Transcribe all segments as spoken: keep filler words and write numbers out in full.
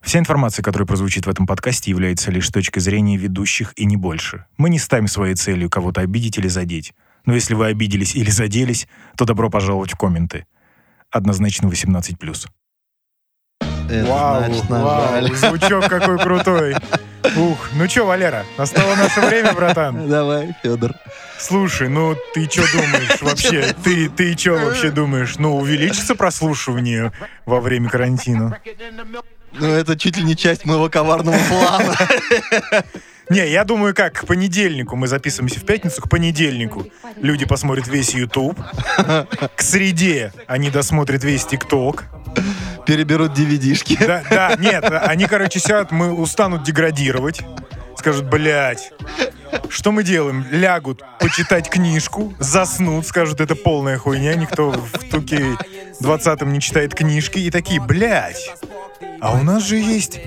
Вся информация, которая прозвучит в этом подкасте, является лишь точкой зрения ведущих и не больше. Мы не ставим своей целью кого-то обидеть или задеть. Но если вы обиделись или заделись, то добро пожаловать в комменты. Однозначно восемнадцать плюс. Это вау, значит, вау, звучок какой крутой. Ух, ну чё, Валера, настало наше время, братан. Давай, Федор. Слушай, ну ты чё думаешь вообще? Ты, ты чё вообще думаешь? Ну, увеличится прослушивание во время карантина? Ну, это чуть ли не часть моего коварного плана. Не, я думаю, как к понедельнику, мы записываемся в пятницу, к понедельнику люди посмотрят весь YouTube, к среде они досмотрят весь ТикТок. Переберут ди ви ди-шки. Да, да, нет, они, короче, сядут, мы устанут деградировать, скажут, блядь, что мы делаем? Лягут почитать книжку, заснут, скажут, это полная хуйня, никто в туке двадцатом не читает книжки, и такие, блядь, а у нас же есть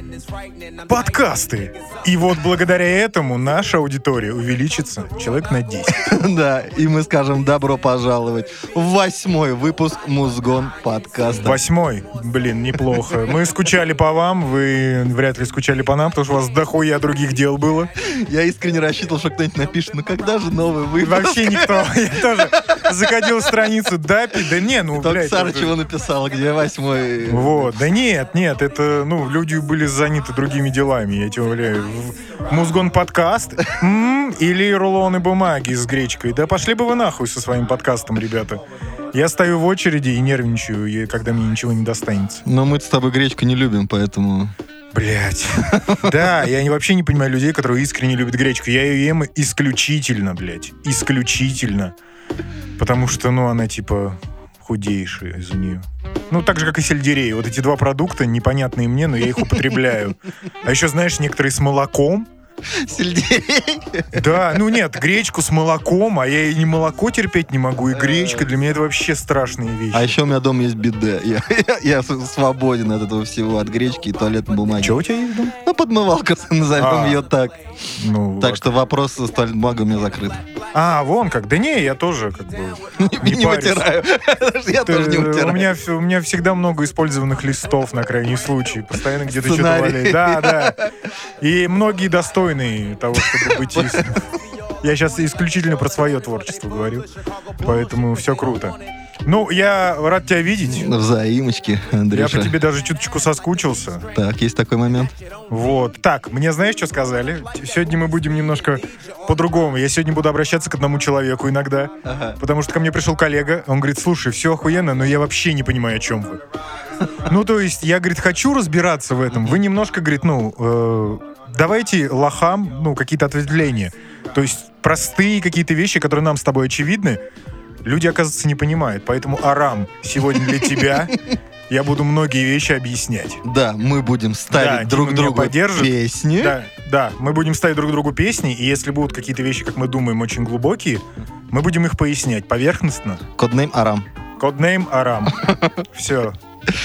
подкасты. И вот благодаря этому наша аудитория увеличится человек на десять. Да, и мы скажем добро пожаловать в восьмой выпуск Музгон подкаста. Восьмой? Блин, неплохо. Мы скучали по вам, вы вряд ли скучали по нам, потому что у вас дохуя других дел было. Я искренне рассчитывал, что кто-нибудь напишет, ну когда же новый выпуск? Вообще никто. Я тоже закодил страницу Дапи. Да не, ну, Только блядь. Сарычева написала, где восьмой. Вот, да нет, нет, это, ну, люди были заняты другими делами, я тебе уверяю. Музгон подкаст м-м, или рулоны бумаги с гречкой. Да пошли бы вы нахуй со своим подкастом, ребята. Я стою в очереди и нервничаю, и когда мне ничего не достанется. Но мы с тобой гречку не любим, поэтому... Блять. Да, я вообще не понимаю людей, которые искренне любят гречку. Я ее ем исключительно, блядь. Исключительно. Потому что, ну, она типа худейшая из-за нее. Ну, так же, как и сельдерей. Вот эти два продукта непонятные мне, но я их употребляю. А еще, знаешь, некоторые с молоком. Сельдерей? Да, ну нет, гречку с молоком, а я и не молоко терпеть не могу, и гречка для меня это вообще страшные вещи. А еще у меня дома есть биде. Я, я, я свободен от этого всего, от гречки и туалетной бумаги. Что у тебя есть дома? Ну, подмывалка, назовем А. ее так. Ну, Так а что вопрос с туалетной бумагой у меня закрыт. А, вон как. Да не, я тоже как бы Не, не парюсь. вытираю. Я тоже не Ты- У вытираю. меня, у меня всегда много использованных листов на крайний случай. Постоянно где-то что-то Сценарий. валяет. Да, да. И многие достойные того, чтобы быть истинным. Я сейчас исключительно про свое творчество говорю. Поэтому все круто. Ну, я рад тебя видеть. Взаимочки, Я Андрюша. по тебе даже чуточку соскучился. Так, есть такой момент. Вот. Так, мне знаешь, что сказали? Сегодня мы будем немножко по-другому. Я сегодня буду обращаться к одному человеку иногда. Ага. Потому что ко мне пришел коллега, он говорит, слушай, все охуенно, но я вообще не понимаю, о чем вы. Ну, то есть, я, говорит, хочу разбираться в этом. Вы немножко, говорит, ну, э, давайте лохам, ну, какие-то ответвления. То есть, простые какие-то вещи, которые нам с тобой очевидны, люди, оказывается, не понимают. Поэтому, Арам, сегодня для тебя я буду многие вещи объяснять. Да, мы будем ставить Да, друг Дима меня другу поддержит. песни. Да, да, мы будем ставить друг другу песни, и если будут какие-то вещи, как мы думаем, очень глубокие, мы будем их пояснять поверхностно. Коднейм Арам. Коднейм Арам. Все.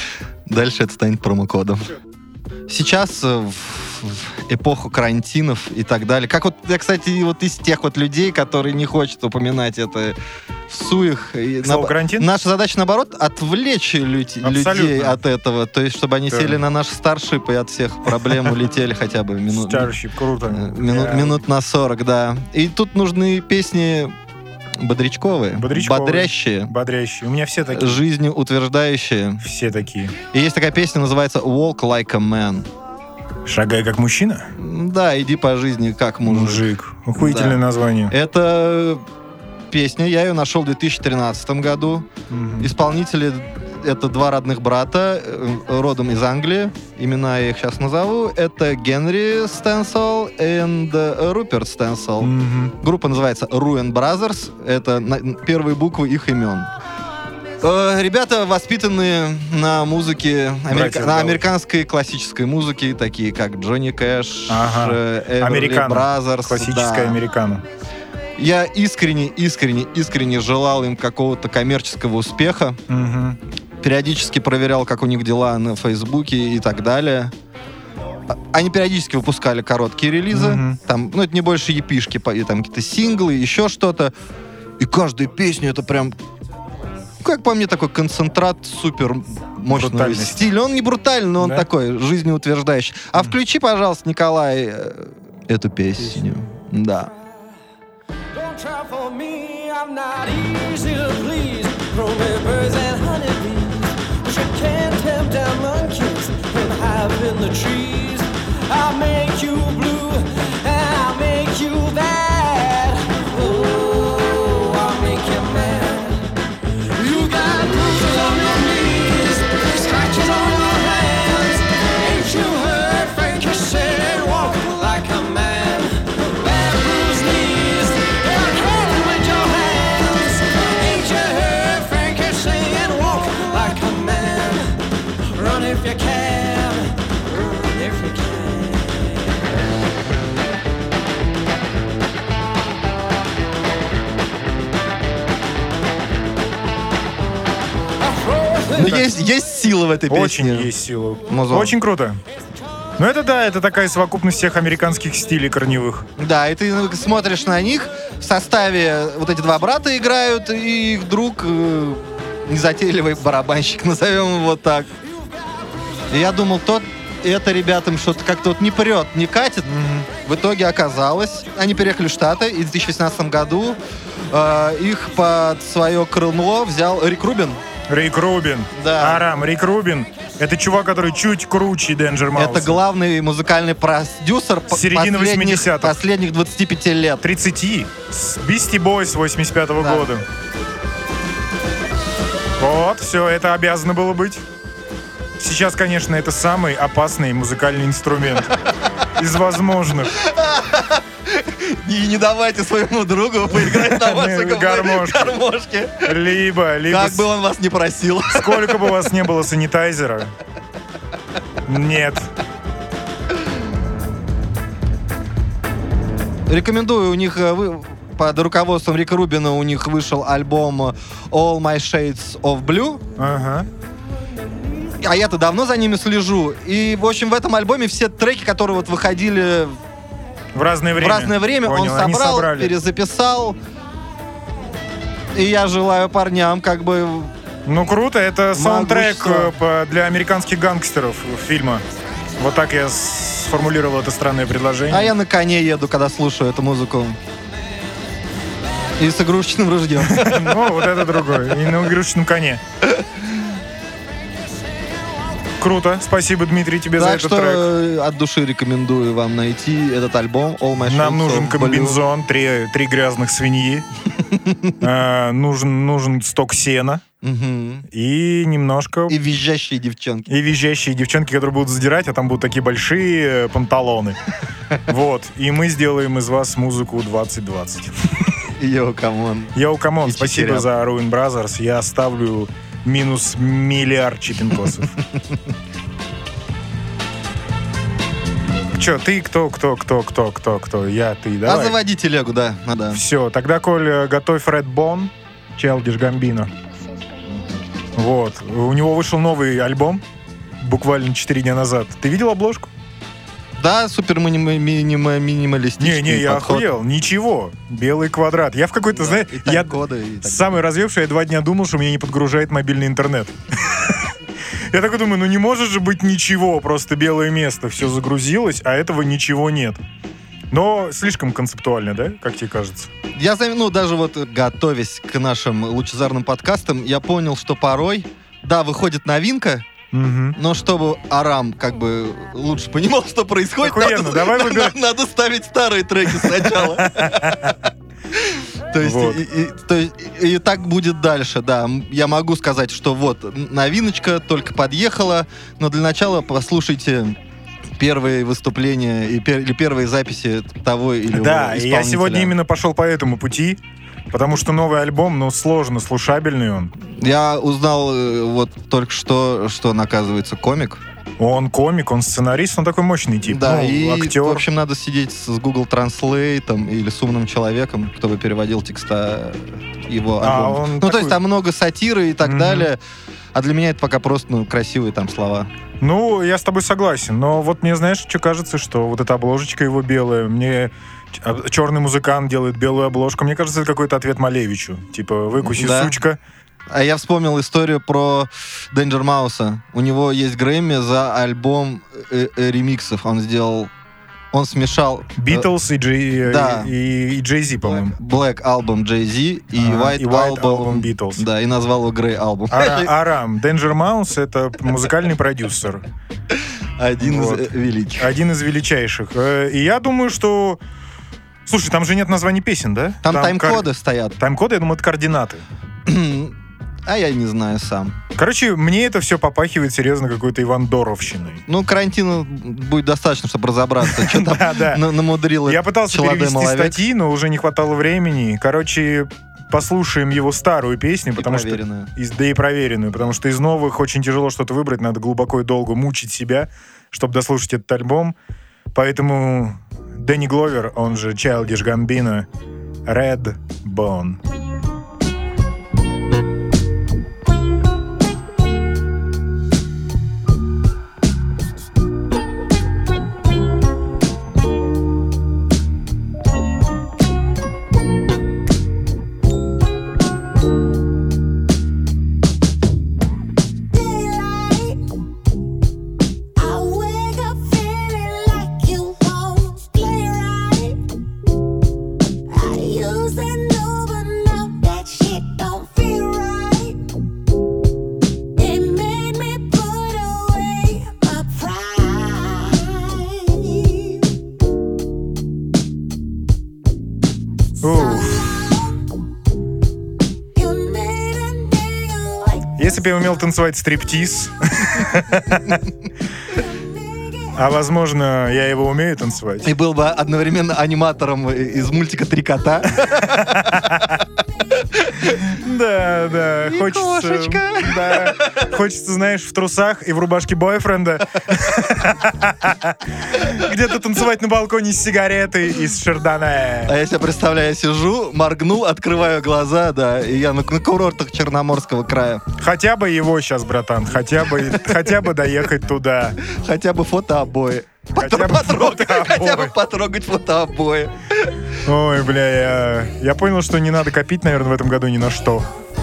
Дальше это станет промокодом. Сейчас э, в, в эпоху карантинов и так далее. Как вот я, кстати, вот из тех вот людей, которые не хотят упоминать это в суях. И Слово на- карантин? Наша задача, наоборот, отвлечь лю- Абсолютно. людей от этого. То есть, чтобы они Да. сели на наш старшип и от всех проблем улетели хотя бы минут, Starship, круто. минут, Я- минут на сорок, да. И тут нужны песни бодрячковые, Бодрячковые. бодрящие, Бодрящие. У меня все такие. жизнью утверждающие. Все такие. И есть такая песня, называется «Walk Like a Man». Шагай как мужчина? Да, иди по жизни как мужик. Мужик. Охуительное Да. название. Это песня, я ее нашел в две тысячи тринадцатом году. Мгм. Исполнители — это два родных брата, э, родом из Англии. Имена я их сейчас назову. Это Генри Стенсол и Руперт Стенсол. Мгм. Группа называется Ruin Brothers. Это на- первые буквы их имен. Э, Ребята воспитанные на музыке, америка- Братья на Даут. американской классической музыке, такие как Джонни Кэш, Ага. э, Everly Американо. Brothers. Классическая да. американо. Я искренне, искренне, искренне желал им какого-то коммерческого успеха. Мгм. Периодически проверял, как у них дела на Фейсбуке и так далее. А- Они периодически выпускали короткие релизы. Мгм. Там, ну, это не больше епишки, по- и там какие-то синглы, еще что-то. И каждая песня — это прям, как по мне, такой концентрат супер мощного Брутальность. стиля. Он не брутальный, но он Да? такой, жизнеутверждающий. А включи, пожалуйста, Николай, э, эту песню. Да. Don't try for me, I'm not easy to please. Roaming birds and honeybees, but you can't tamp down monkeys and hide in the trees. I'll make you blue and I'll make you bad. Oh, I'll make you mad. You got bruises on your knees, scratches on your hands. Ain't you heard Frankie say, walk like a man? Bad bruised knees, and handle with your hands. Ain't you heard Frankie saying, walk like a man? Run if you can, run if you can. Но есть, есть сила в этой Очень песне. есть сила. Музон. Очень круто. Ну это да, это такая совокупность всех американских стилей корневых. Да, и ты смотришь на них, в составе вот эти два брата играют, и их друг, э, незатейливый барабанщик, назовем его так. И я думал, тот, это ребятам что-то как-то вот не прет, не катит. В итоге оказалось, они переехали в Штаты, и в две тысячи шестнадцатом году э, их под свое крыло взял Рик Рубин. Рик Рубин. Да. Арам, Рик Рубин. Это чувак, который чуть круче Danger Mouse. Это главный музыкальный продюсер С середины последних, восьмидесятых. последних двадцати пяти лет. тридцати. С Beastie Boys восемьдесят пятого Да. года. Вот, все, это обязано было быть. Сейчас, конечно, это самый опасный музыкальный инструмент из возможных. И не давайте своему другу поиграть на вашей Гармошке. гармошке. Либо, либо... Как бы он вас не просил. Сколько бы у вас не было санитайзера. Нет. Рекомендую, у них э, вы- под руководством Рика Рубина у них вышел альбом All My Shades of Blue. Ага. А я-то давно за ними слежу. И, в общем, в этом альбоме все треки, которые вот выходили В разное время. в разное время, Понял, он они собрал, собрали. перезаписал. И я желаю парням как бы... Ну круто, это саундтрек Могущество. э, по- для американских гангстеров фильма. Вот так я сформулировал это странное предложение. А я на коне еду, когда слушаю эту музыку. И с игрушечным ружьем. Ну, вот это другое. И на игрушечном коне. Круто. Спасибо, Дмитрий, тебе за Так этот что трек. э, от души рекомендую вам найти этот альбом All My Shades Нам нужен of Blue. комбинзон, три, три грязных свиньи. Э, нужен, нужен сток сена. Мгм. И немножко... И визжащие девчонки. И визжащие девчонки, которые будут задирать, а там будут такие большие э, панталоны. Вот. И мы сделаем из вас музыку двадцать двадцать. Йоу, камон. Йоу, камон, И спасибо читеря. за Ruin Brothers. Я ставлю минус миллиард чипинкосов. Че, ты кто, кто, кто, кто, кто, кто? Я, ты, А давай. заводи телегу, да. Надо. Все, тогда, Коль, э, готовь Redbone, Childish Gambino. Вот. У него вышел новый альбом буквально четыре дня назад. Ты видел обложку? Да, супер минима- минима- минималистичный Не-не, я подход. охуел. Ничего. Белый квадрат. Я в какой-то, знаешь, И я тайм-коды, и так самый развевший, я два дня думал, что меня не подгружает мобильный интернет. Я такой думаю, ну не может же быть ничего, просто белое место, все загрузилось, а этого ничего нет. Но слишком концептуально, да, как тебе кажется? Я зам- ну, даже вот э, готовясь к нашим лучезарным подкастам, я понял, что порой, да, выходит новинка, Мгм. но чтобы Арам как бы лучше понимал, что происходит, Охуенно, надо, давай надо- выбирай. надо ставить старые треки сначала. То есть, Вот. и, и- то есть, и- и так будет дальше, да. М, Я могу сказать, что вот, н- новиночка только подъехала, но для начала послушайте первые выступления и пер- или первые записи того или иного Да, и я исполнителя. сегодня именно пошел по этому пути, потому что новый альбом, ну, сложно, слушабельный он. Я узнал э, вот только что, что он, оказывается, комик. Он комик, он сценарист, он такой мощный тип. Да, ну, и, актер. в общем, надо сидеть с Google Translate или с умным человеком, кто бы переводил текста его А, альбома. он Ну, то такой- есть там много сатиры и так Мгм. далее. А для меня это пока просто, ну, красивые там слова. Ну, я с тобой согласен, но вот мне, знаешь, что кажется, что вот эта обложечка его белая, мне черный музыкант делает белую обложку, мне кажется, это какой-то ответ Малевичу. Типа, выкуси, Да. сучка, А я вспомнил историю про Danger Mouse. У него есть Грэмми за альбом э- э- ремиксов. Он сделал... Он смешал... Битлз и, Джей, да. и, и Jay-Z, по-моему. Black Album Jay-Z и Ага, White, и White Album Album Beatles. Да, и назвал его Grey Album. Ара- Арам. Danger Mouse — это музыкальный продюсер. Один Вот. из э, великих. Один из величайших. Э, И я думаю, что... Слушай, там же нет названий песен, да? Там, тайм-коды кор- стоят. Тайм-коды, я думаю, это координаты. А я не знаю сам. Короче, мне это все попахивает серьезно какой-то Ивандоровщиной. Ну, карантина будет достаточно, чтобы разобраться, что там Да, да. на- намудрил Я этот пытался челодей перевести маловек. статьи, но уже не хватало времени. Короче, послушаем его старую песню, И потому что... проверенную. Из, да и проверенную, потому что из новых очень тяжело что-то выбрать, надо глубоко и долго мучить себя, чтобы дослушать этот альбом. Поэтому Дэнни Гловер, он же Childish Gambino, Red Bone. I wake up feeling like you won't play right. I used to know, but now that shit don't feel right. It made me put away my pride. Уф. You made a nigga like Если бы я умел танцевать стриптиз, а возможно, я его умею танцевать. И был бы одновременно аниматором из мультика «Три кота». Да, да, И хочется... кошечка. Да, хочется, знаешь, в трусах и в рубашке бойфренда где-то танцевать на балконе с сигаретой и с шардоне. А я себе представляю, я сижу, моргнул, открываю глаза, да, и я на, на курортах Черноморского края. Хотя бы его сейчас, братан, хотя бы, хотя бы доехать туда. Хотя бы фотообои. Хотя бы Потрогать, фотообои. хотя бы потрогать фотообои. Ой, бля, я, я понял, что не надо копить, наверное, в этом году ни на что.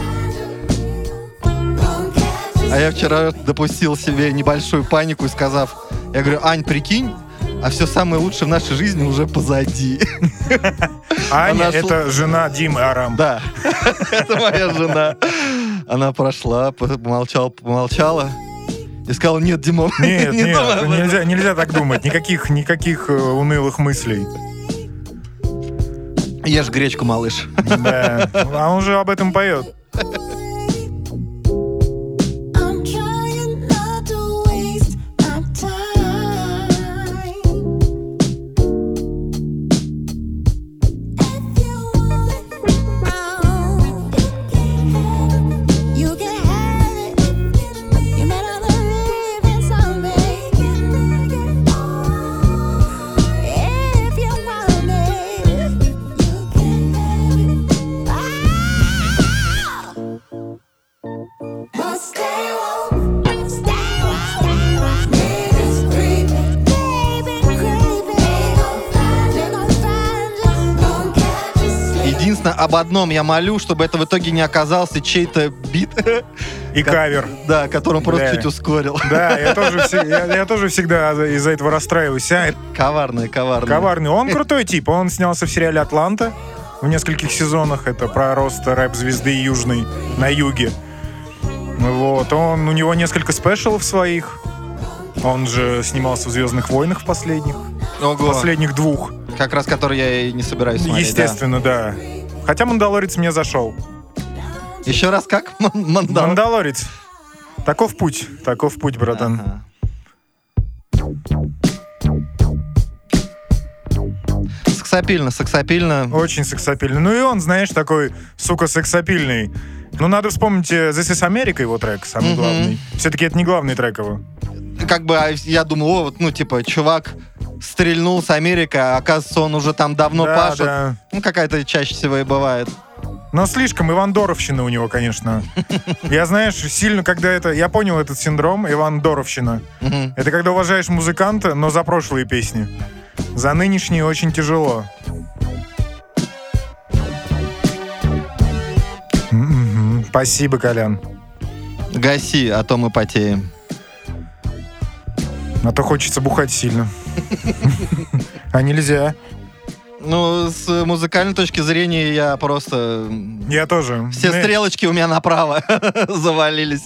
А я вчера допустил себе небольшую панику, сказав, я говорю, Ань, прикинь, а все самое лучшее в нашей жизни уже позади. Аня — Она шла- это жена Димы Арам. Да, это моя жена. Она прошла, помолчала, помолчала и сказала, нет, Димон, Нет, не нет, думай об этом». нельзя, нельзя так думать. Никаких, никаких э, унылых мыслей. Ешь гречку, малыш. Да. А он же об этом поет. I'm trying not to waste my time. If you want it, you can have it. You may not believe in something. If you want it, you can have it. Ah! But stay woke, stay woke, stay woke. Niggas creeping, baby creeping. They gon' find you, gon' find you, gon' catch you sleeping. Единственное, об одном я молю, чтобы это в итоге не оказался чей-то бит, И кавер. да, которым просто Да. чуть ускорил. Да, я тоже, все- я, я тоже всегда из-за этого расстраиваюсь. А, это Коварный, коварный. коварный. Он крутой тип. Он снялся в сериале «Атланта» в нескольких сезонах. Это про рост рэп-звезды южной на юге. Вот. Он, у него несколько спешалов своих. Он же снимался в «Звездных войнах» в последних. Ого. Последних двух. Как раз который я и не собираюсь смотреть. Естественно, да. Хотя «Мандалорец» мне зашел. Да. Еще раз как? Ман- Мандал. «Мандалорец». Таков путь. Таков путь, братан. Ага. Сексапильно, сексапильно. Очень сексапильный. Ну и он, знаешь, такой, сука, сексапильный. Ну, надо вспомнить э, This is America, его трек, самый Мгм. главный. Все-таки это не главный трек его. Как бы а, я думал, о, вот, ну, типа, чувак стрельнул с Америкой, а оказывается, он уже там давно Да, пашет. да. Ну, какая-то чаще всего и бывает. Но слишком Ивандоровщина у него, конечно. Я, знаешь, сильно, когда это... Я понял этот синдром Ивандоровщина. Мгм. Это когда уважаешь музыканта, но за прошлые песни. За нынешние очень тяжело. М-м-м. Спасибо, Колян. Гаси, а то мы потеем. А то хочется бухать сильно. А нельзя. Ну, с музыкальной точки зрения я просто... Я тоже. Все Ну, стрелочки у меня направо завалились.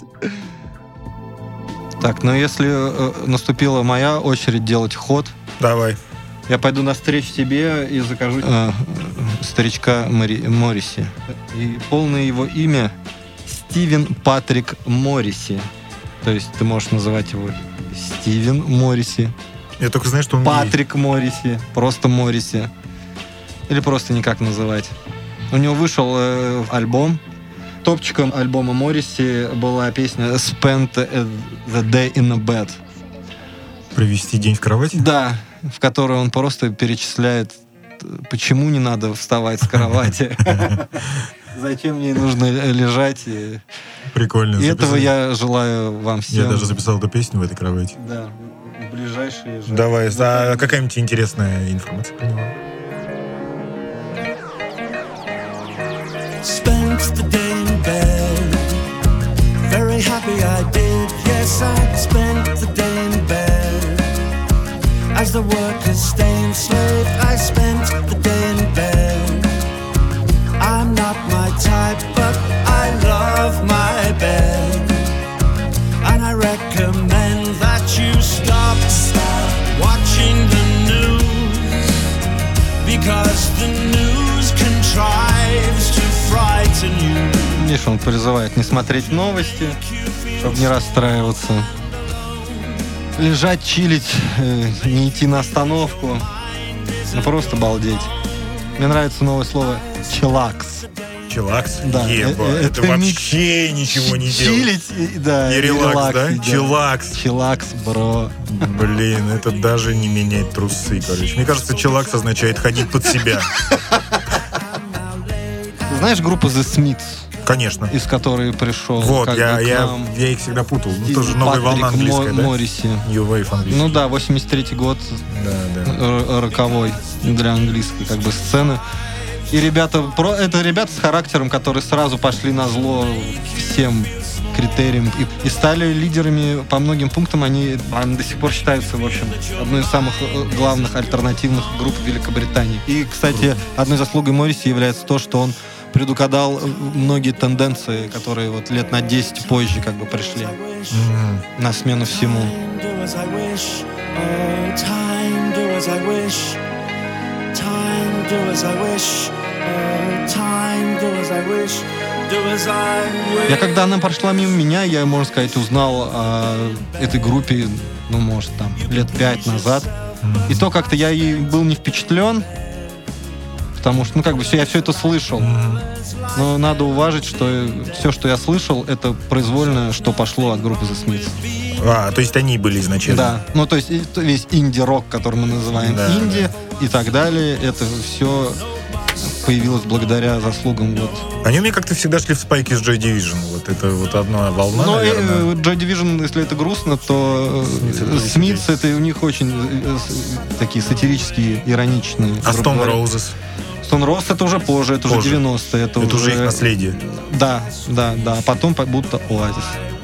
Так, ну если э, наступила моя очередь делать ход, Давай. я пойду навстречу тебе и закажу э, старичка Мори- Морриси. И полное его имя Стивен Патрик Морриси. То есть ты можешь называть его Стивен Морриси, Я только знаю, что он гей. Патрик Морриси, просто Морриси. Или просто никак называть. У него вышел э, альбом. Топчиком альбома Морриси была песня «Spend the Day in a Bed». Провести день в кровати? Да, в которой он просто перечисляет, почему не надо вставать с кровати. Зачем мне нужно лежать. И, Прикольно. и этого записал. я желаю вам всем. Я даже записал эту песню в этой кровати. Да, в ближайшие же. Давай, а какая-нибудь интересная информация про него? Spent the day in bed. Very happy I did. Yes, I spent the day in bed. As the workers stay enslaved, I spent the day in bed. I'm not my type, but I love my bed. And I recommend that you stop, stop watching the news, because the news contrives to frighten you. Миша, он призывает не смотреть новости, чтобы не расстраиваться. Лежать, чилить, э, не идти на остановку. Ну, просто балдеть. Мне нравится новое слово «чилакс». Чилакс? Да, Еба, э, э, это, это вообще ничего не делает. Чилить, и- да. И релакс, да? да. Чилакс. Чилакс, бро. Блин, это даже не менять трусы, короче. Мне кажется, чилакс означает ходить под себя. Знаешь группу The Smiths, Конечно. из которой пришел Вот, как я, бы, к я, нам я их всегда путал. Ну, Стивен тоже новая волна Патрик английская, Мо- да? Морриси. New Wave английский. Ну да, восемьдесят третий год, Да, да. р- роковой для английской как бы сцены. И ребята, про, это ребята с характером, которые сразу пошли на зло всем критериям и, и стали лидерами по многим пунктам. Они, они до сих пор считаются, в общем, одной из самых э, главных альтернативных групп в Великобритании. И, кстати, одной заслугой Морриси является то, что он предугадал многие тенденции, которые вот лет на десять позже как бы пришли Мгм. на смену всему. Do as I wish, oh time, do as I wish, time, do as I wish, oh time, do as I wish, do as I wish. Я когда она прошла мимо меня, я, можно сказать, узнал о этой группе, ну, может, там, лет пять назад. И то как-то я и был не впечатлен, потому что, ну, как бы, все, я все это слышал. Мгм. Но надо уважить, что все, что я слышал, это произвольно, что пошло от группы The Smiths. А, то есть они были изначально. Да, ну, то есть и- то весь инди-рок, который мы называем Да, инди и так далее, это все появилось благодаря заслугам вот. Они у меня как-то всегда шли в спайке с Joy Division. Вот это вот одна волна, Но э, наверное. Joy Division, если это грустно, то Смитс это э, Смитс, это у них очень э, с- такие сатирические, ироничные. А грубо Stone говоря. Roses? Stone Roses это уже позже, это Позже. уже девяностые. Это, Это уже их наследие. Да, да, да. А потом как будто Оазис.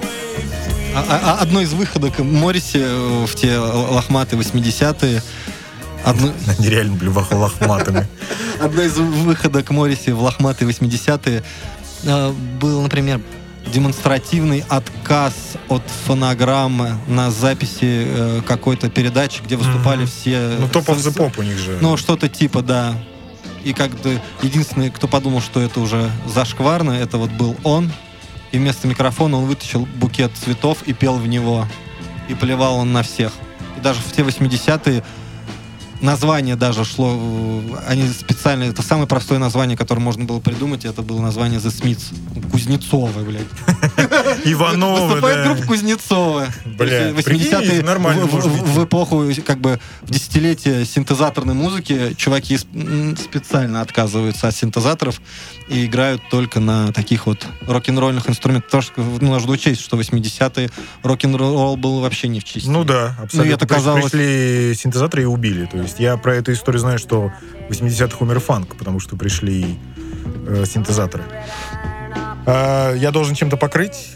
А- а- а одно из выходок Морриси э, в те лохматые восьмидесятые, одно, Они реально были вах- лохматыми. одно из выходок Морриси в лохматые восьмидесятые э, был, например, демонстративный отказ от фонограммы на записи э, какой-то передачи, где выступали Мгм. все... Ну, Top of с- the Pop у них же. Ну, что-то типа, да. И как-то единственный, кто подумал, что это уже зашкварно, это вот был он. И вместо микрофона он вытащил букет цветов и пел в него. И поливал он на всех. И даже в те восьмидесятые название даже шло... э, Они специально... Это самое простое название, которое можно было придумать. Это было название The Smiths. Кузнецовы, блядь. Ивановы, Выступает да. группа Кузнецова. Бля, восьмидесятые прикинь, нормально в, может в- быть. в эпоху, как бы, в десятилетие синтезаторной музыки чуваки сп- м, специально отказываются от синтезаторов и играют только на таких вот рок-н-ролльных инструментах. Потому что, ну, нужно учесть, что восьмидесятые рок-н-ролл был вообще не в чести. Ну да, абсолютно. это При- казалось- Пришли синтезаторы и убили. То есть я про эту историю знаю, что в восьмидесятых умер фанк, потому что пришли э, синтезаторы. А, я должен чем-то покрыть?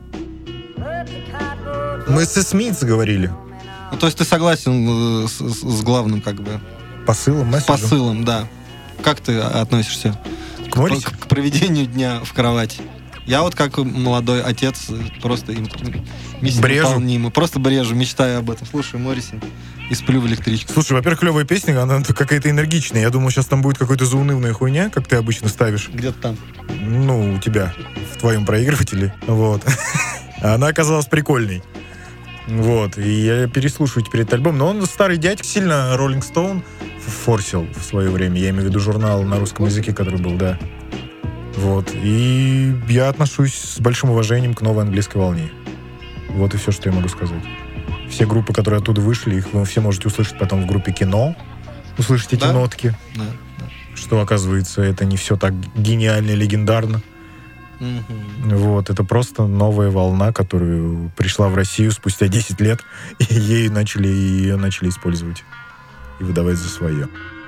Мы со Смитс говорили. Ну, то есть ты согласен э, с, с- с главным, как бы, Посылом, с месседжем. посылом, да. Как ты относишься К Моррисе? к, к проведению дня в кровати? Я вот как молодой отец просто им миссия Брежу. выполнима. Просто брежу, мечтаю об этом. Слушаю Морриси и сплю в электричку. Слушай, во-первых, клевая песня, она какая-то энергичная. Я думал, сейчас там будет какой-то заунывная хуйня, как ты обычно ставишь. Где-то там. Ну, у тебя, в твоем проигрывателе. Вот. А она оказалась прикольной. Вот. И я переслушиваю теперь этот альбом. Но он, старый дядька, сильно Rolling Stone форсил в свое время. Я имею в виду журнал на русском языке, который был, да. Вот. И я отношусь с большим уважением к новой английской волне. Вот и все, что я могу сказать. Все группы, которые оттуда вышли, их вы все можете услышать потом в группе «Кино». Услышать эти Да? нотки. Да, да. Что, оказывается, это не все так гениально и легендарно. Мгм. Вот, это просто новая волна, которая пришла в Россию спустя десять лет, и ею начали, ее начали использовать и выдавать за свое.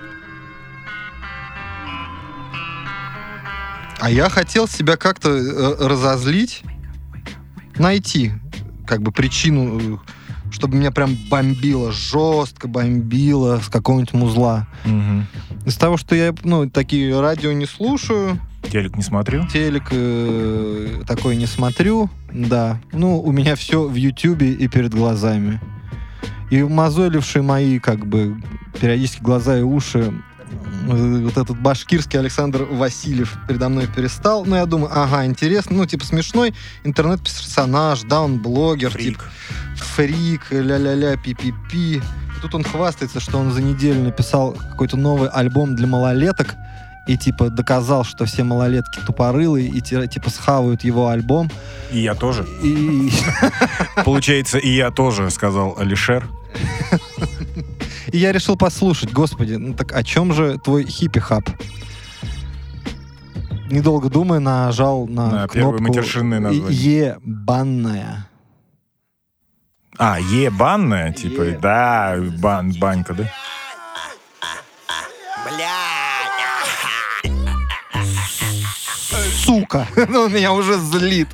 А я хотел себя как-то э, разозлить, найти как бы причину, э, чтобы меня прям бомбило, жестко бомбило с какого-нибудь музла. Из того, что я, ну, такие радио не слушаю, Телек не смотрю. телек э, такой не смотрю, да. Ну, у меня все в Ютьюбе и перед глазами. И мозолившие мои, как бы, периодически глаза и уши, э, вот этот башкирский Александр Васильев передо мной перестал. Ну, я думаю, ага, интересно, ну, типа, смешной интернет-персонаж, да, он блогер, типа, Фрик. фрик, ля-ля-ля, пи-пи-пи. И тут он хвастается, что он за неделю написал какой-то новый альбом для малолеток и, типа, доказал, что все малолетки тупорылые и, ти- типа, схавают его альбом. И я тоже. И Получается, и я тоже, сказал Алишер. и я решил послушать. Господи, ну так о чем же твой хиппи-хаб? Недолго думая, нажал на, На первое кнопку матершинное название. «Ебанная». А, ебанная, типа, Е. да, бан, банька, да? Сука! Ну, он меня уже злит.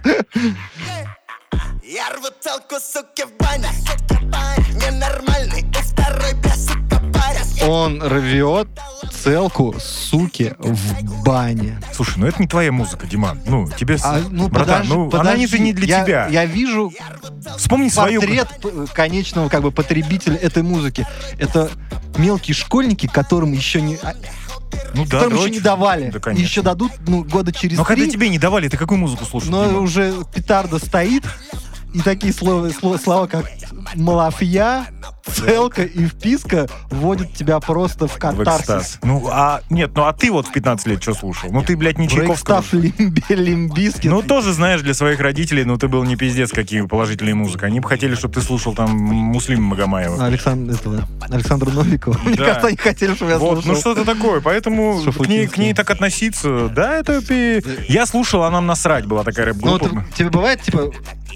Я рву целку, суки, в бане. Ненормальный, у второй, бля, сука, паря. Он рвет целку, суки, в бане. Слушай, ну это не твоя музыка, Диман. Ну, тебе... с- А, ну, братан, подожди, ну, она не, подожди. не для я, тебя. Я вижу Вспомни свою... портрет п- конечного как бы потребителя этой музыки. Это мелкие школьники, которым еще не, а, Ну да, которым еще дрочь. не давали. Да, И конечно. еще дадут, ну, года через Но когда три. тебе не давали, ты какую музыку слушал? Но Дима? уже петарда стоит, и такие слова, слова, слова как малафья, целка и вписка вводят тебя просто в В катарсис. экстаз. Ну, а... Нет, ну а ты вот в пятнадцать лет что слушал? Ну ты, блядь, не Чайковского. Брейкстаф, Лимби, Лимбискет. Ну, тоже, знаешь, для своих родителей, ну, ты был не пиздец, какие положительные музыка. Они бы хотели, чтобы ты слушал там Муслима Магомаева. Александр, этого, Александра Новикова. Мне Да. кажется, они хотели, чтобы я Вот, слушал. ну что-то такое, поэтому к ней, Шафутинский. к ней так относиться, да, это... пи- Я слушал, а нам насрать была такая Ну, рэп-группа. вот тебе бывает, типа,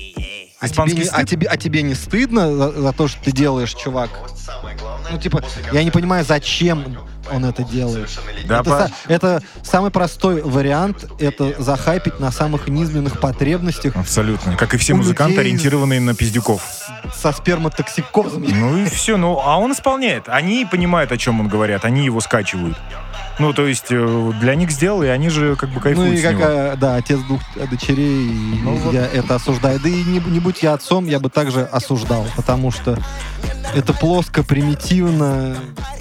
а тебе, Испанский не, а, стыд? тебе, а тебе не стыдно за, за то, что ты делаешь, чувак? Ну, типа, я не понимаю, зачем он это делает. Да, это, по- са- это самый простой вариант, это захайпить на самых низменных потребностях Абсолютно. Как и все У музыканты, людей ориентированные на пиздюков. со сперматоксикозом. Ну и все. Ну, а он исполняет. Они понимают, о чем он говорят. Они его скачивают. Ну, то есть, э, для них сделал, и они же как бы Ну кайфуют и с как, него. э, да, отец двух дочерей, и Ну вот. я это осуждаю. Да и не, не будь я отцом, я бы также осуждал, потому что это плоско, примитивно.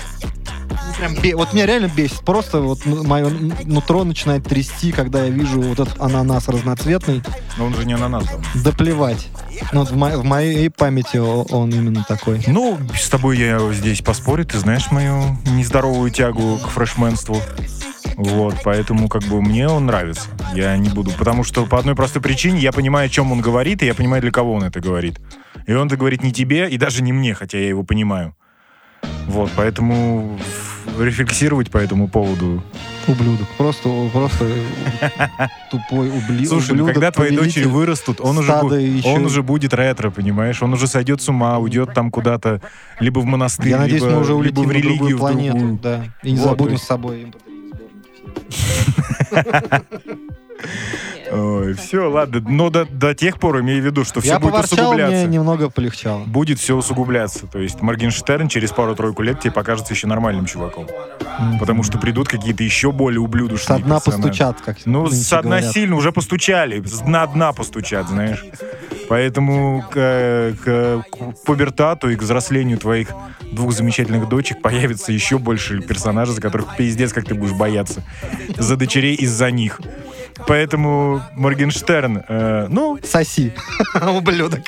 Ну, прям бе- Вот меня реально бесит. Просто вот мое нутро начинает трясти, когда я вижу вот этот ананас разноцветный. Но он же не ананас. там. Да плевать. Ну, вот в, мо- в моей памяти о- он именно такой. Ну, с тобой я здесь поспорю. Ты знаешь мою нездоровую тягу к фрешменству. Вот, поэтому как бы мне он нравится. Я не буду, потому что по одной простой причине я понимаю, о чем он говорит, и я понимаю, для кого он это говорит. И он это говорит не тебе, и даже не мне, хотя я его понимаю. Вот, поэтому рефлексировать по этому поводу. Ублюдок. Просто, просто тупой убли... Слушай, ну, ублюдок. когда твои повелитель дочери вырастут, он уже, стада бу- и еще- он уже будет ретро, понимаешь? Он уже сойдет с ума, уйдет там куда-то, либо в монастырь, Я надеюсь, либо, мы уже либо улетим в на религию, другую в планету. другую. Да. И не Вот, забудем то есть- с собой. Ой, все, ладно. Но до, до тех пор имею в виду, что все Я будет поворчал, мне усугубляться. немного полегчало. Будет все усугубляться. То есть Моргенштерн через пару-тройку лет тебе покажется еще нормальным чуваком. Потому что придут какие-то еще более ублюдочные Со дна персонажи. постучат, как Ну, нынче со дна говорят. сильно уже постучали. С дна дна постучат, знаешь. Поэтому к, к, к пубертату и к взрослению твоих двух замечательных дочек появится еще больше персонажей, за которых пиздец, как ты будешь бояться. За дочерей из-за них. Поэтому Моргенштерн, э, ну, Соси, ублюдок.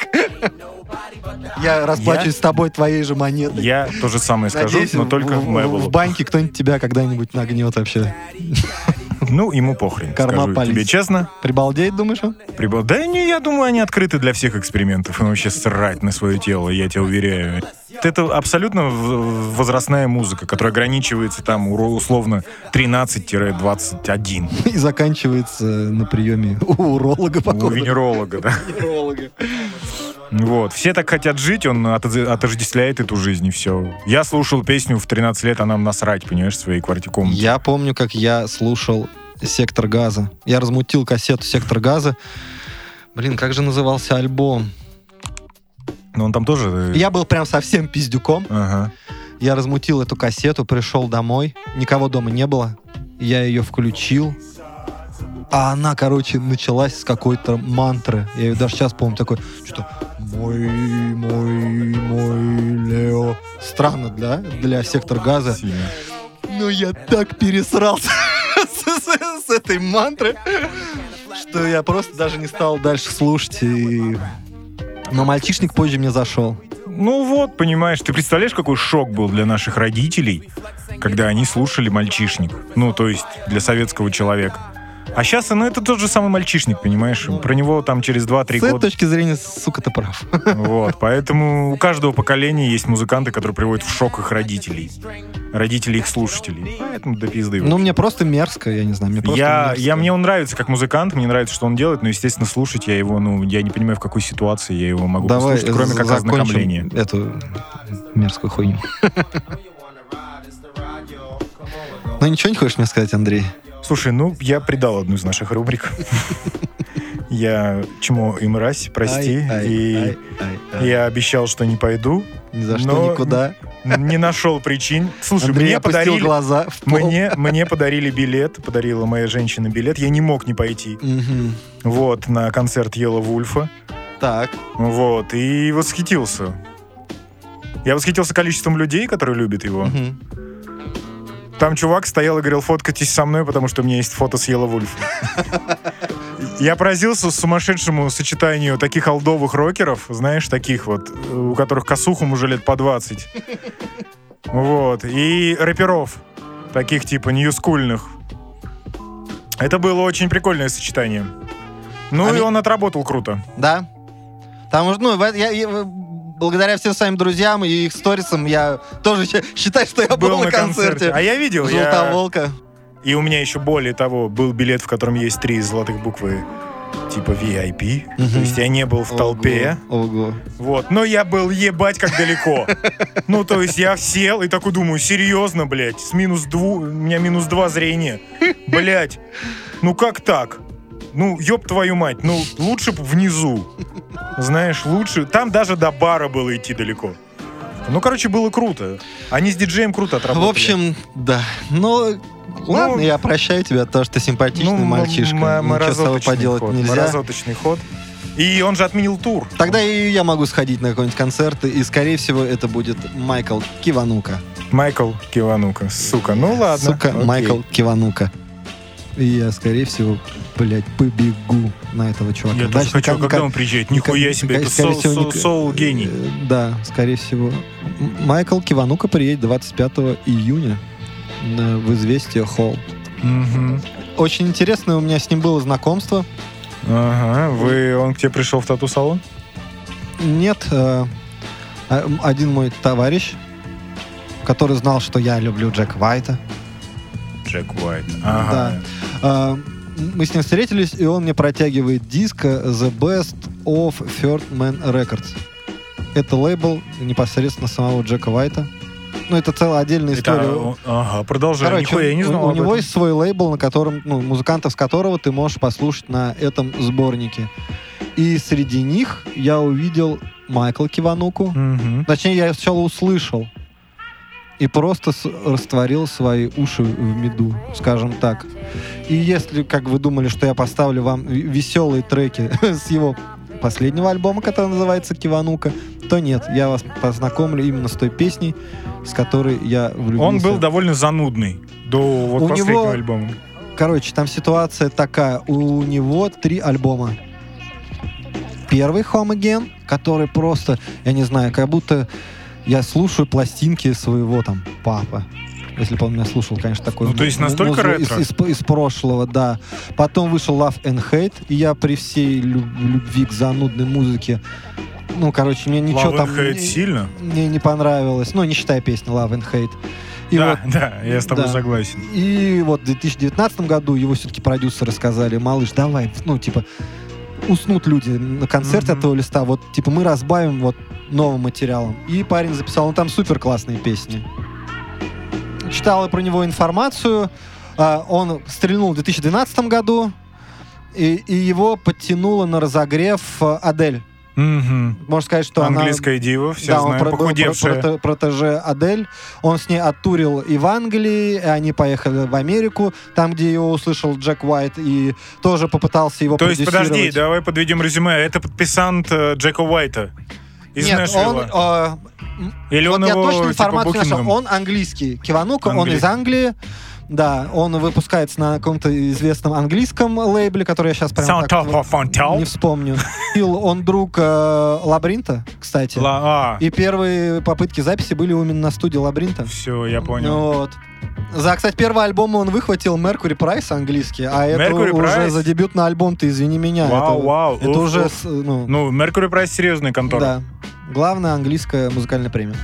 Я расплачусь Я- с тобой твоей же монетой. я то же самое скажу, Надеюсь, но в- только в в, Мэвелу. в банке кто-нибудь тебя когда-нибудь нагнет вообще. Ну, ему похрен, Корма скажу полиции. тебе честно. Прибалдеет, думаешь, он? Прибыл. Да не, я думаю, они открыты для всех экспериментов. Им вообще срать на свое тело, я тебя уверяю. Это абсолютно в- возрастная музыка, которая ограничивается там уро- условно тринадцать-двадцать один. И заканчивается на приеме у уролога, У походу. венеролога, да. Уролога. Вот. Все так хотят жить, он отож- отождествляет эту жизнь, и все. Я слушал песню в тринадцать лет, а нам насрать, понимаешь, в своей квартире комнате. Я помню, как я слушал «Сектор газа». Я размутил кассету «Сектор газа». Блин, как же назывался альбом? Но он там тоже... э, Я был прям совсем пиздюком. Ага. Я размутил эту кассету, пришел домой. Никого дома не было. Я ее включил. А она, короче, началась с какой-то мантры. Я ее даже сейчас помню, такой, что-то «Мой, мой, мой Лео». Странно, да? Для «Сектор газа». Сильно. Но я так пересрался с, с- с этой мантры, что я просто даже не стал дальше слушать. И... Но «Мальчишник» позже мне зашел. Ну вот, понимаешь, ты представляешь, какой шок был для наших родителей, когда они слушали «Мальчишник». Ну, то есть для советского человека. А сейчас, ну, это тот же самый «Мальчишник», понимаешь? Про него там через два-три С этой года. точки зрения, сука, ты прав. Вот, поэтому у каждого поколения есть музыканты, которые приводят в шок их родителей. Родителей их слушателей. Поэтому до пизды. Ну, мне просто мерзко, я не знаю, мне просто Я, мерзко. я, мне он нравится как музыкант, мне нравится, что он делает, но, естественно, слушать я его, ну, я не понимаю, в какой ситуации я его могу Давай послушать, кроме как закончим ознакомления. эту мерзкую хуйню. Ну, ничего не хочешь мне сказать, Андрей? Слушай, ну, я предал одну из наших рубрик. Я чмо и мразь, прости. Ай, ай, И ай, ай, ай. я обещал, что не пойду. Ни за что но никуда. Не нашел причин. Слушай, Андрей мне опустил подарили... глаза в пол. Мне, мне подарили билет, подарила моя женщина билет. Я не мог не пойти. Мгм. Вот, на концерт Йелла Вульфа. Так. Вот, и восхитился. Я восхитился количеством людей, которые любят его. Мгм. Там чувак стоял и говорил, фоткайтесь со мной, потому что у меня есть фото с Йелла Вульфом. Я поразился сумасшедшему сочетанию таких олдовых рокеров, знаешь, таких вот, у которых косухам уже лет по двадцать. Вот. И рэперов, таких типа ньюскульных. Это было очень прикольное сочетание. Ну А и ми- он отработал круто. Да. Потому что, ну, в- я, я- благодаря всем своим друзьям и их сторисам я тоже ща- считаю, что я был, на концерте. А я видел, я... Желтоволка. И у меня еще более того был билет, в котором есть три золотых буквы типа ви ай пи. Мгм. То есть я не был в толпе. Ого. Ого. Вот. Но я был ебать как далеко. Ну, то есть я сел и такой думаю, серьезно, блядь, с минус дву... У меня минус два зрения. Блядь. Ну как так? Ну, ёб твою мать, ну лучше б внизу. Знаешь, лучше. Там даже до бара было идти далеко. Ну, короче, было круто. Они с диджеем круто отработали. В общем, да. Ну, ладно, я прощаю тебя, то, что ты симпатичный ну, мальчишка. м- Ничего с тобой морозоточный поделать ход, нельзя. Морозоточный ход. И он же отменил тур. Тогда и я могу сходить на какой-нибудь концерт, и, скорее всего, это будет Майкл Киванука. Майкл Киванука. Сука, ну ладно. Сука, окей. Майкл Киванука. И я, скорее всего, блядь, побегу на этого чувака. Я тоже Дальше хочу, никак- когда никак- он приезжает. никак- Нихуя себе, это скорее соул, всего, соул- ник- соул-гений. Э, Да, скорее всего. М- Майкл Киванука приедет двадцать пятого июня на- в «Известия Холл». Мгм. Очень интересное у меня с ним было знакомство. Ага, вы, он к тебе пришел в тату-салон? Нет, э, а- один мой товарищ, который знал, что я люблю Джека Уайта. Джек Уайт. Ага. Да. Э, Мы с ним встретились, и он мне протягивает диск The Best of Third Man Records. Это лейбл непосредственно самого Джека Уайта. Ну, это целая отдельная история. Это, ага, продолжай. Короче, Нихуя, я не у- знал у, об него этом. есть свой лейбл, на котором, ну, музыкантов с которого ты можешь послушать на этом сборнике. И среди них я увидел Майкла Кивануку. Мгм. Точнее, я сначала услышал и просто с- растворил свои уши в меду, скажем так. И если, как вы думали, что я поставлю вам в- веселые треки с его последнего альбома, который называется «Киванука», то нет, я вас познакомлю именно с той песней, с которой я влюбился. Он был довольно занудный до вот У последнего него- альбома. Короче, там ситуация такая. У него три альбома. Первый Home Again, который просто, я не знаю, как будто я слушаю пластинки своего там папы. Если бы он меня слушал, конечно, такой Ну, то есть му- настолько музыку из, ретро? из- из прошлого, да. Потом вышел Love and Hate, и я при всей лю- любви к занудной музыке, ну, короче, мне ничего Love там and Hate не- сильно? мне не понравилось. Ну, не считая песни Love and Hate. И да, вот да, я с тобой да. согласен. и вот в две тысячи девятнадцатом году его все-таки продюсеры сказали: малыш, давай, ну, типа, уснут люди на концерте Мгм. от твоего листа, вот, типа, мы разбавим вот новым материалом. И парень записал, ну, там супер классные песни. Читал я про него информацию. А, он стрельнул в две тысячи двенадцатом году, и, и его подтянула на разогрев а, Адель. Мгм. Можно сказать, что она... Английская дива, все Да, он знаем, про- был про- похудевшая. прото- протеже Адель. Он с ней оттурил и в Англии, и они поехали в Америку, там, где его услышал Джек Уайт, и тоже попытался его То есть, подожди, продюсировать. давай подведем резюме. Это подписант э, Джека Уайта из Нет, он... Нэшвилла. э, Или вот он я его, точно типа, информацию нашел. букингом? Он английский. Киванука, он Английский. из Англии. Да, он выпускается на каком-то известном английском лейбле, который я сейчас прям Sound так of вот Fontel? не вспомню. Фил, он друг э, Лабринта, кстати. Ла- а, И первые попытки записи были именно на студии Лабринта. все, я понял. Ну вот. За, кстати, первый альбом он выхватил Mercury Prize английский, а это Mercury уже Prize? за дебютный альбом, ты извини меня. Вау, это, вау, Это уф, уже, уф. с, ну, Ну, Mercury Prize серьезная контора. да, главная английская музыкальная премия.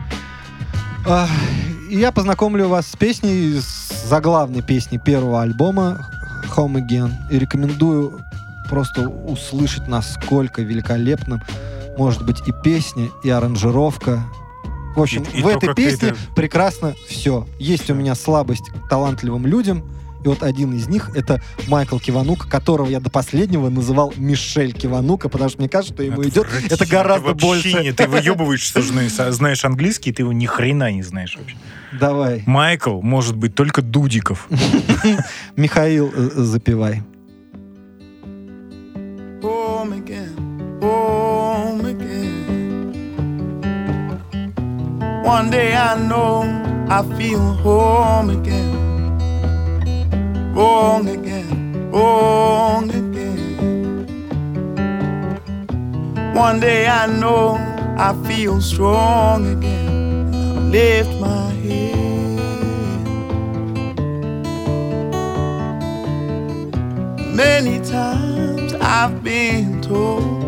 Ах, и я познакомлю вас с песней, с заглавной песней первого альбома Home Again. И рекомендую просто услышать, насколько великолепным может быть и песня, и аранжировка. В общем, И- и в то, этой как ты песне это- прекрасно все. Есть у меня слабость к талантливым людям. И вот один из них — это Майкл Киванука, которого я до последнего называл Мишель Киванука, потому что мне кажется, что ему идет это Отвратительно. гораздо Ты вообще больше. не- Ты выебываешь, что знаешь, знаешь английский, ты его ни хрена не знаешь вообще. Давай, Майкл может быть только Дудиков. Михаил, э, запевай. Home again, home again. One day I know I feel home again. Wrong again, wrong again. One day I know I feel strong again. I lift my head. Many times I've been told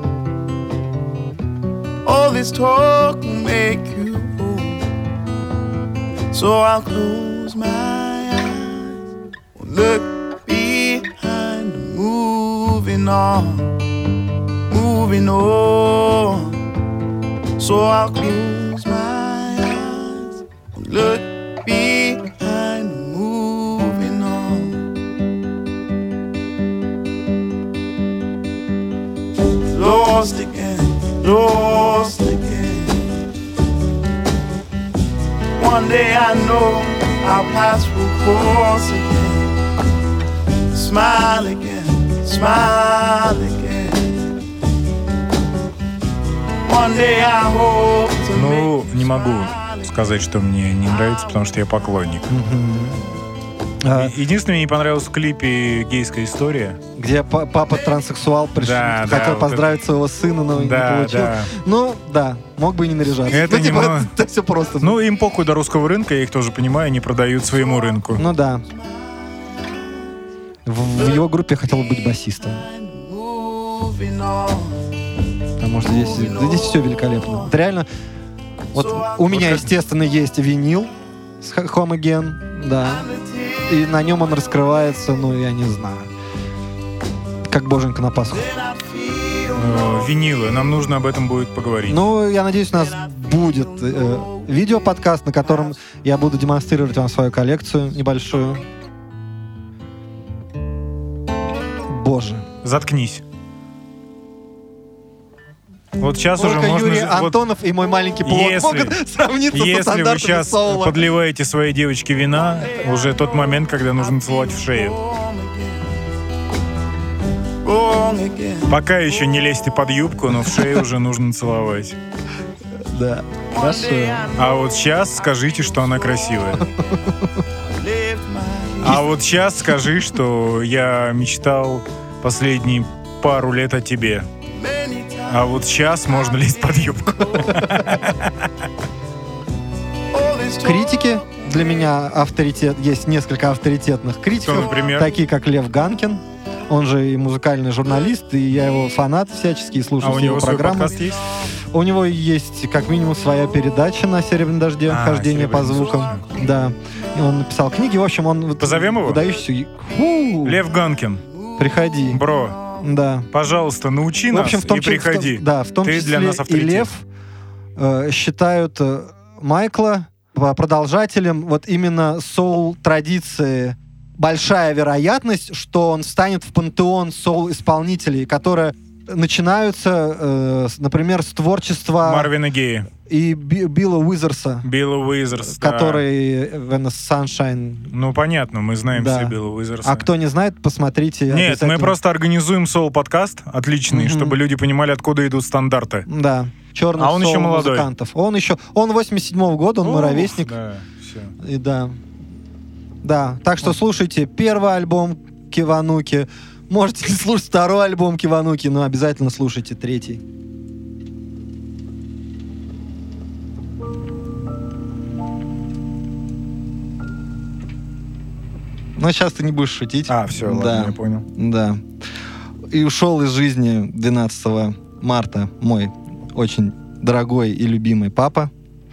all this talk will make you old. So I'll close my eyes, look behind, moving on, moving on. So I'll close my eyes, look behind, moving on. Lost again, lost again. One day I know I'll pass through course again. Smile again, smile again. One day I hope to Ну, make you не могу smile again. сказать, что мне не нравится, потому что я поклонник. А, И- Единственное, мне не понравилось в клипе «Гейская история». где па- папа транссексуал пришел, Да, да, хотел вот поздравить своего сына, но не Да, получил. да. Ну, да, мог бы и не наряжаться. Это ну, типа, немного- это, это все просто. Ну, им похуй до русского рынка, я их тоже понимаю, они продают своему рынку. Ну да. В, в его группе я хотел бы быть басистом. Moving on. Потому что здесь, да здесь все великолепно. Это реально... Вот у меня, как- естественно, есть винил с Х- Home Again, да. И на нем он раскрывается, ну, я не знаю. Как боженька на Пасху. Э, винилы, нам нужно об этом будет поговорить. Ну, я надеюсь, у нас будет э, видеоподкаст, на котором я буду демонстрировать вам свою коллекцию небольшую. Боже. Заткнись. Вот сейчас Только уже можно... Юрий же- вот Антонов и мой маленький плод если- могут сравниться со Если вы стандартами сейчас соула. подливаете своей девочке вина, уже тот момент, когда нужно целовать в шею. Wrong again. Пока еще не лезьте под юбку, но в шею уже нужно целовать. Да, хорошо. А вот сейчас скажите, что она красивая. Lift my А вот сейчас скажи, что я мечтал последние пару лет о тебе. many times. А вот сейчас можно лезть под юбку. All this Критики для меня авторитет. Есть несколько авторитетных критиков, Кто, например? такие как Лев Ганкин. Он же и музыкальный журналист, и я его фанат всячески, и слушаю А у все его него свой программы. подкаст есть? У него есть как минимум своя передача на «Серебряном дожде», А, «Хождение по «Серебряный звукам». Да. И он написал книги. В общем, он... вот Позовем его? Выдающийся... Фу! Лев Ганкин, Приходи. бро, Да. пожалуйста, научи В нас общем, в том и числе, приходи. в том- да, в том Ты числе для нас и авторитет. Лев э, считают э, Майкла э, продолжателем вот именно соул-традиции. Большая вероятность, что он встанет в пантеон соул-исполнителей, которые начинаются, э, с- например, с творчества Марвина Гея, и Би- Билла Уизерса, Билла Уизерс. да. который When the Sunshine. Ну, понятно, мы знаем Да. все Билла Уизерса. А кто не знает, посмотрите. Нет, мы обязательно. просто организуем соул-подкаст отличный, Мгм. чтобы люди понимали, откуда идут стандарты. Да. Черных А он еще молодой. музыкантов. Он еще... Он восемьдесят седьмого года, он мой Ух, ровесник. Да, все. И да. Да, так что слушайте первый альбом Кивануки. Можете не слушать второй альбом Кивануки, но обязательно слушайте третий. Ну, сейчас ты не будешь шутить. А, все, ладно, Да. я понял. Да. И ушел из жизни двенадцатого марта мой очень дорогой и любимый папа.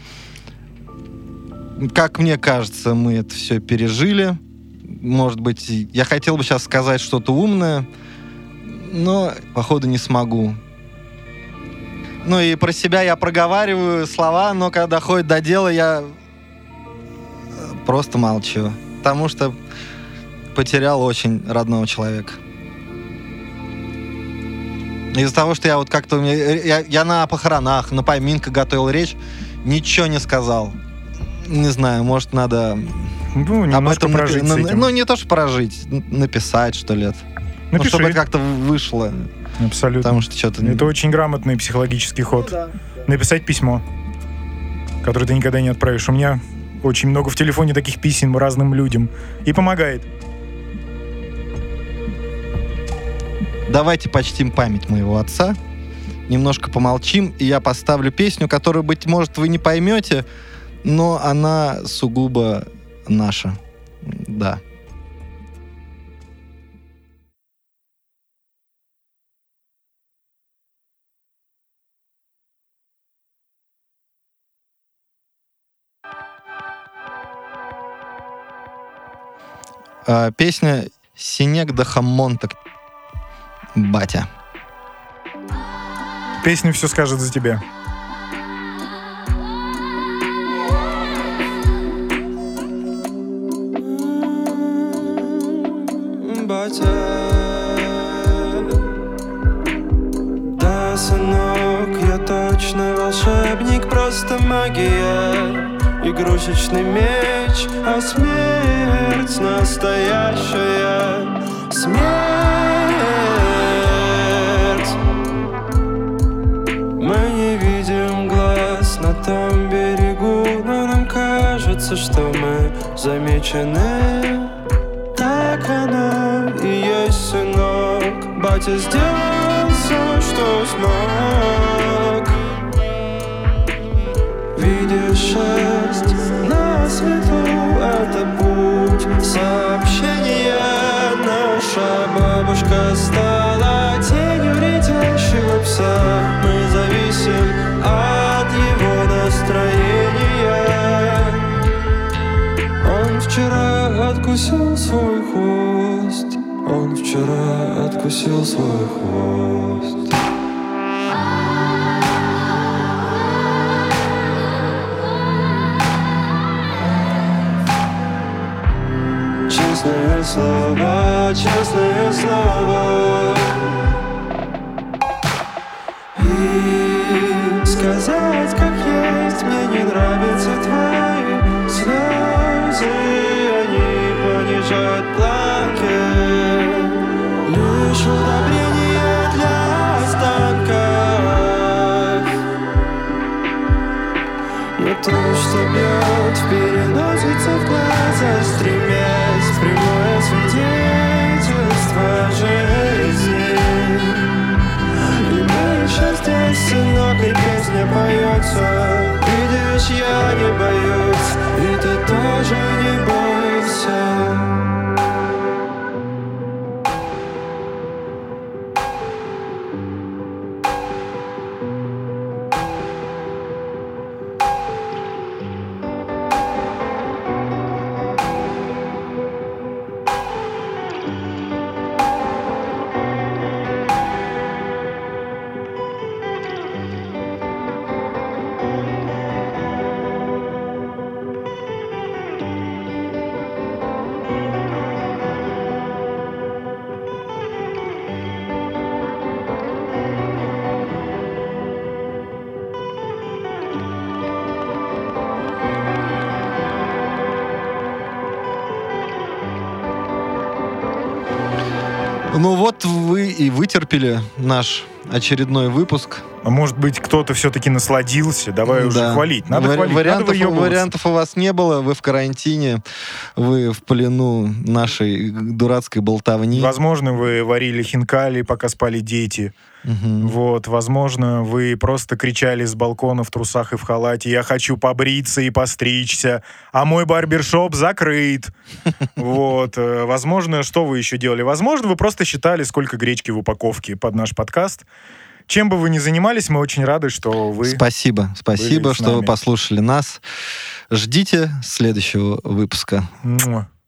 Как мне кажется, мы это все пережили. Может быть, я хотел бы сейчас сказать что-то умное, но, походу, не смогу. Ну и про себя я проговариваю слова, но когда доходит до дела, я э, просто молчу. Потому что потерял очень родного человека. Из-за того, что я вот как-то... у меня- Я, я на похоронах, на поминках готовил речь, ничего не сказал. Не знаю, может, надо Ну, об немножко этом прожить напи- с на- этим. Ну, не то, что прожить, н- написать, что ли. это. Ну, Напиши. чтобы это как-то вышло. Абсолютно. Потому что что-то... Это очень грамотный психологический ход. Написать письмо, которое ты никогда не отправишь. У меня очень много в телефоне таких писем разным людям. И помогает. Давайте почтим память моего отца, немножко помолчим, и я поставлю песню, которую, быть может, вы не поймете, но она сугубо наша. Да. А, Песня «Синек да хаммонтак, батя». Песня все скажет за тебя. Батя, да, сынок, я точно волшебник, просто магия, игрушечный меч, а смерть настоящая, смерть. Мы не видим глаз на том берегу, но нам кажется, что мы замечены. Так оно и есть, сынок. Батя сделал все, что смог. Видишь шесть на свету, это путь сообщения. Наша бабушка стала тенью летящего пса. Мы зависим от его настроения. Он вчера откусил свой хвост. Он вчера откусил свой хвост. слова, честные слова. И сказать, как есть, мне не нравятся твои слезы. Они понижают планки. Лишь удобрение для останков. Но то, что бьет в переносице в глаза, стремясь в прямое свидетельство жизни. И мы еще здесь, сынок, и песня поется. Видишь, я не боюсь, и ты тоже не бойся. Ну вот вы и вытерпели наш очередной выпуск. А может быть, кто-то все-таки насладился? Давай уже Да. хвалить. Надо Вари- хвалить, вариантов, надо выебываться. вариантов у вас не было, вы в карантине, вы в плену нашей дурацкой болтовни. Возможно, вы варили хинкали, пока спали дети. Мгм. Вот, возможно, вы просто кричали с балкона в трусах и в халате: «Я хочу побриться и постричься, а мой барбершоп закрыт». Вот, э, возможно, что вы еще делали? Возможно, вы просто считали, сколько гречки в упаковке под наш подкаст. Чем бы вы ни занимались, мы очень рады, что вы... Спасибо, спасибо, были с что вы нами. послушали нас. Ждите следующего выпуска. Муа.